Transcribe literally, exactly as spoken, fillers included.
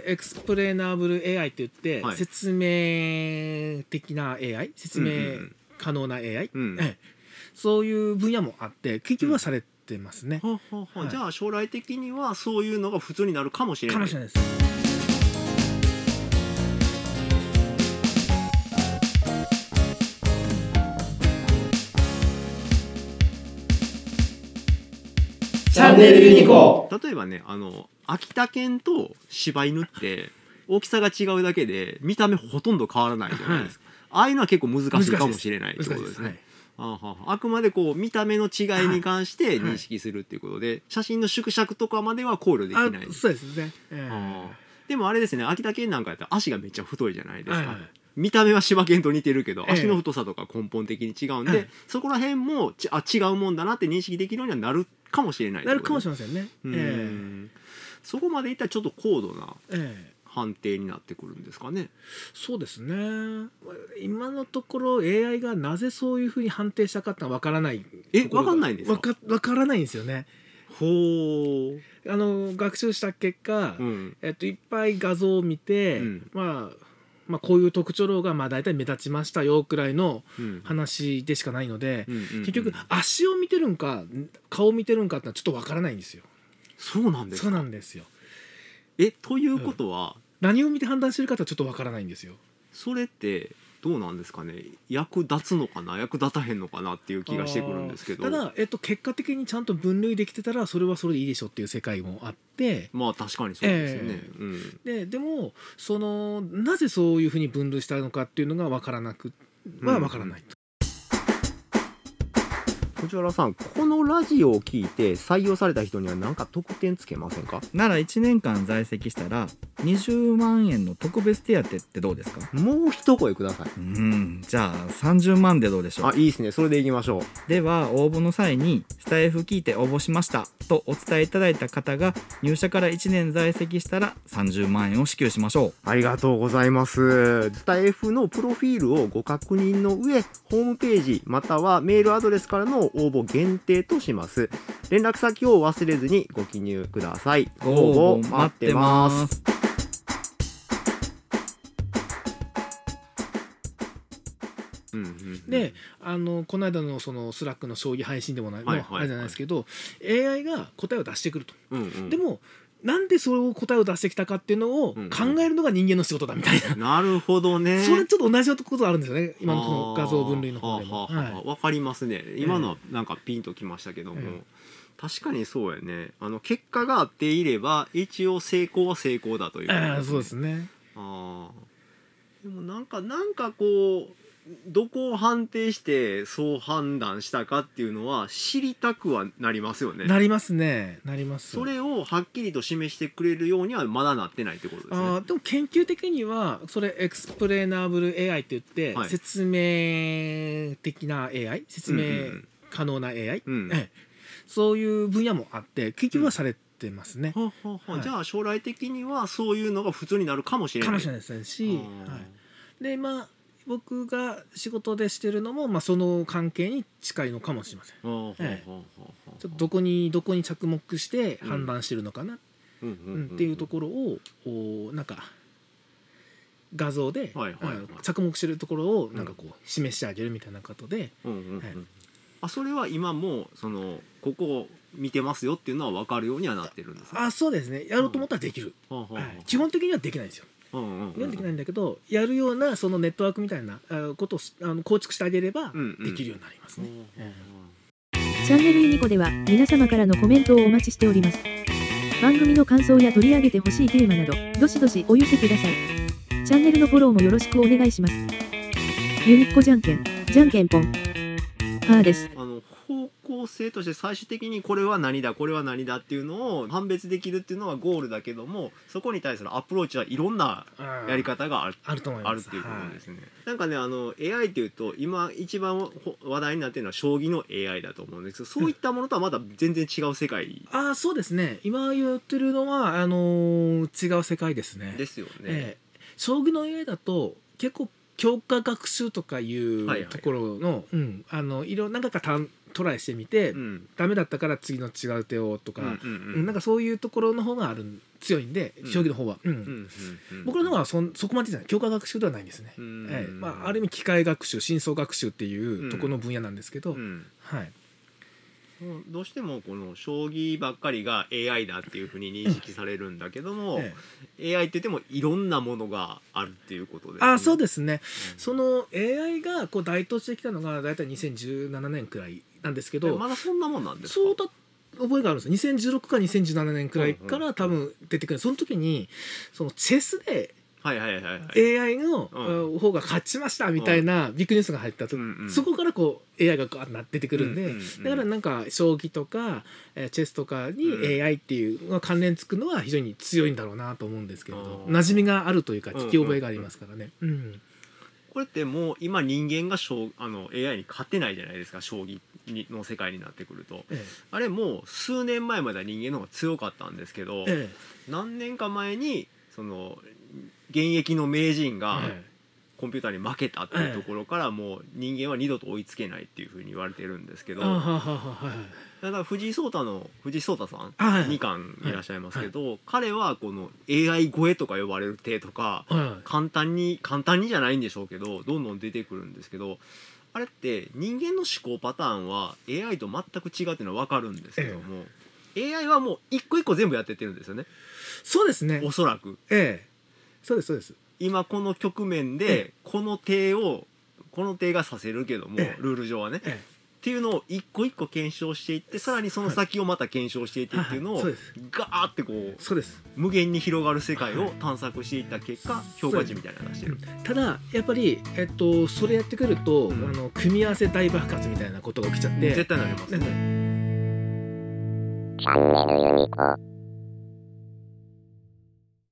エクスプレーナブル エーアイ って言って、 はい、 説明的な エーアイ 説明可能な エーアイ、うんうんうん、ええ、そういう分野もあって研究はされてますね、 うんははははい、じゃあ将来的にはそういうのが普通になるかもしれない。 かもしれないです。 チャンネルユニコ。 例えばね、あの秋田犬と柴犬って大きさが違うだけで見た目ほとんど変わらないじゃないですか、はい、ああいうのは結構難しいかもしれないってことですね。はいあ, はあくまでこう見た目の違いに関して認識するっていうことで、はいはい、写真の縮尺とかまでは考慮できない。 そうですね、えー、 でもあれですね、秋田犬なんかやったら足がめっちゃ太いじゃないですか、はいはい、見た目は柴犬と似てるけど、えー、足の太さとか根本的に違うんで、えー、そこら辺もちあ違うもんだなって認識できるようにはなるかもしれない、 ね、なるかもしれませんね、 うん、えー、そこまでいったらちょっと高度な、えー判定になってくるんですかね。 そうですね。今のところ エーアイ がなぜそういうふうに判定したかってのは分からない。 え、分かんないんですか。 分か、分からないんですよね。 ほう。あの学習した結果、うん、えっといっぱい画像を見て、うん、まあまあこういう特徴がまあ大体目立ちましたよくらいの話でしかないので、うん、結局足を見てるんか顔を見てるんかってのはちょっと分からないんですよ。 そうなんですか。 そうなんですよ。 え、ということは、うん、 何を見て判断してるかはちょっとわからないんですよ。 それってどうなんですかね。役立つのかな役立たへんのかなっていう気がしてくるんですけど、 ただ、えっと、結果的にちゃんと分類できてたらそれはそれでいいでしょっていう世界もあって、 まあ確かにそうですよね、えーうん、 で, でもそのなぜそういうふうに分類したのかっていうのがわからなくはわからないと、 藤原さん、このラジオを聞いて採用された人には何か特典つけませんか。 ならいちねんかん在籍したらにじゅうまんえんの特別手当ってどうですか。 もう一声ください。 うん、じゃあさんじゅうまんでどうでしょう。 あ、いいですね。それでいきましょう。では応募の際にスタイフ聞いて応募しましたとお伝えいただいた方が入社からいちねん在籍したらさんじゅうまんえんを支給しましょう。 ありがとうございます。スタイフのプロフィールをご確認の上、ホームページまたはメールアドレスからの応募限定とします。連絡先を忘れずにご記入ください。応募待ってます。 で、あのこの間のそのスラックの将棋配信でもない、はいはいはい、あれじゃないですけど エーアイ が答えを出してくると、うんうん、でもなんでそれを答えを出してきたかっていうのを考えるのが人間の仕事だみたいな、 うんうん、なるほどね。 それちょっと同じことあるんですよね、今のこの画像分類の方でも。 わ、はい、かりますね。今のはなんかピンときましたけども、えー、確かにそうやね。あの結果があっていれば一応成功は成功だという、ね、 あそうですね。 あでもなんかなんかこうどこを判定してそう判断したかっていうのは知りたくはなりますよね。 なりますね。なります。 それをはっきりと示してくれるようにはまだなってないってことですね。 あでも研究的にはそれエクスプレーナブル エーアイ って言って、はい、説明的な エーアイ 説明可能な エーアイ、うんうんええ、そういう分野もあって研究はされてますね、うんははははい、じゃあ将来的にはそういうのが普通になるかもしれないかもしれないですし、はい、で今僕が仕事でしてるのも、まあ、その関係に近いのかもしれません。ええ、ちょっとどこにどこに着目して判断してるのかなっていうところをおなんか画像で、はいはいはい、着目してるところをなんかこう示してあげるみたいなことで、うんうんうんはい、 あそれは今もそのここを見てますよっていうのは分かるようにはなってるんですか。 あそうですね。やろうと思ったらできる、うんはい、基本的にはできないんですよ。うんうんうんうん、できないんだけどやるようなそのネットワークみたいなことをあの構築してあげればできるようになりますね、うんうんうんうん、チャンネルユニコでは皆様からのコメントをお待ちしております。番組の感想や取り上げてほしいテーマなどどしどしお寄せください。チャンネルのフォローもよろしくお願いします。ユニコじゃんけんじゃんけんぽんパーです。 あの方向性として最終的にこれは何だこれは何だっていうのを判別できるっていうのはゴールだけども、そこに対するアプローチはいろんなやり方がある、 あると思います。 あるっていうことですね、はい、なんかねあの エーアイ っていうと今一番話題になっているのは将棋の エーアイ だと思うんですけど、そういったものとはまた全然違う世界、 うん、あそうですね。今言ってるのはあのー、違う世界ですね。 ですよね、 えー、将棋の エーアイ だと結構強化学習とかいうところの、はいはいうん、あのいろなんか単トライしてみて、 うん、 ダメだったから次の違う手をとか、 うんうんうん、 なんかそういうところの方がある強いんで、将棋の方は、うんうんうんうん、僕の方はそそこまでじゃない、強化学習ではないんですね、うんはいまあ、ある意味機械学習深層学習っていうところの分野なんですけど、うんうんはいどうしてもこの将棋ばっかりが エーアイ だっていうふうに認識されるんだけども、ええ、エーアイ って言ってもいろんなものがあるっていうことですね。 あそうですね、うん、その エーアイ がこう台頭してきたのがだいたいにせんじゅうななねんくらいなんですけど、 まだそんなもんなんですか。 そうだ覚えがあるんですよ。にせんじゅうろくかにせんじゅうななねんくらいから多分出てくる、その時にそのチェスではいはいはいはい、 エーアイ の方が勝ちましたみたいなビッグニュースが入ったと、うんうん、そこからこう エーアイ がガーッと出てくるんで、うんうんうん、だからなんか将棋とかチェスとかに エーアイ っていうのが関連つくのは非常に強いんだろうなと思うんですけれど、うん、馴染みがあるというか聞き覚えがありますからね、うんうんうん、 これってもう今人間が将あの エーアイ に勝てないじゃないですか、将棋の世界になってくると、ええ、あれもう数年前までは人間の方が強かったんですけど、ええ、何年か前にその現役の名人がコンピューターに負けたっていうところからもう人間は二度と追いつけないっていうふうに言われてるんですけど、だから藤井聡太の藤井聡太さんに冠いらっしゃいますけど、彼はこの エーアイ 超えとか呼ばれる手とか簡単に簡単にじゃないんでしょうけどどんどん出てくるんですけど、あれって人間の思考パターンは エーアイ と全く違うっていうのは分かるんですけども、ええ、エーアイ はもう一個一個全部やってってるんですよね。 そうですね、 おそらく、 ええ、そうですそうです。 今この局面でこの手をこの手が指せるけども、ええ、ルール上はね、ええ、っていうのを一個一個検証していって、さらにその先をまた検証していってっていうのをガーってこうそうです無限に広がる世界を探索していった結果評価値みたいなのを出してる。 ただやっぱり、えっと、それやってくると、うん、あの組み合わせ大爆発みたいなことが起きちゃって絶対なりますね。 チャンネルユニコ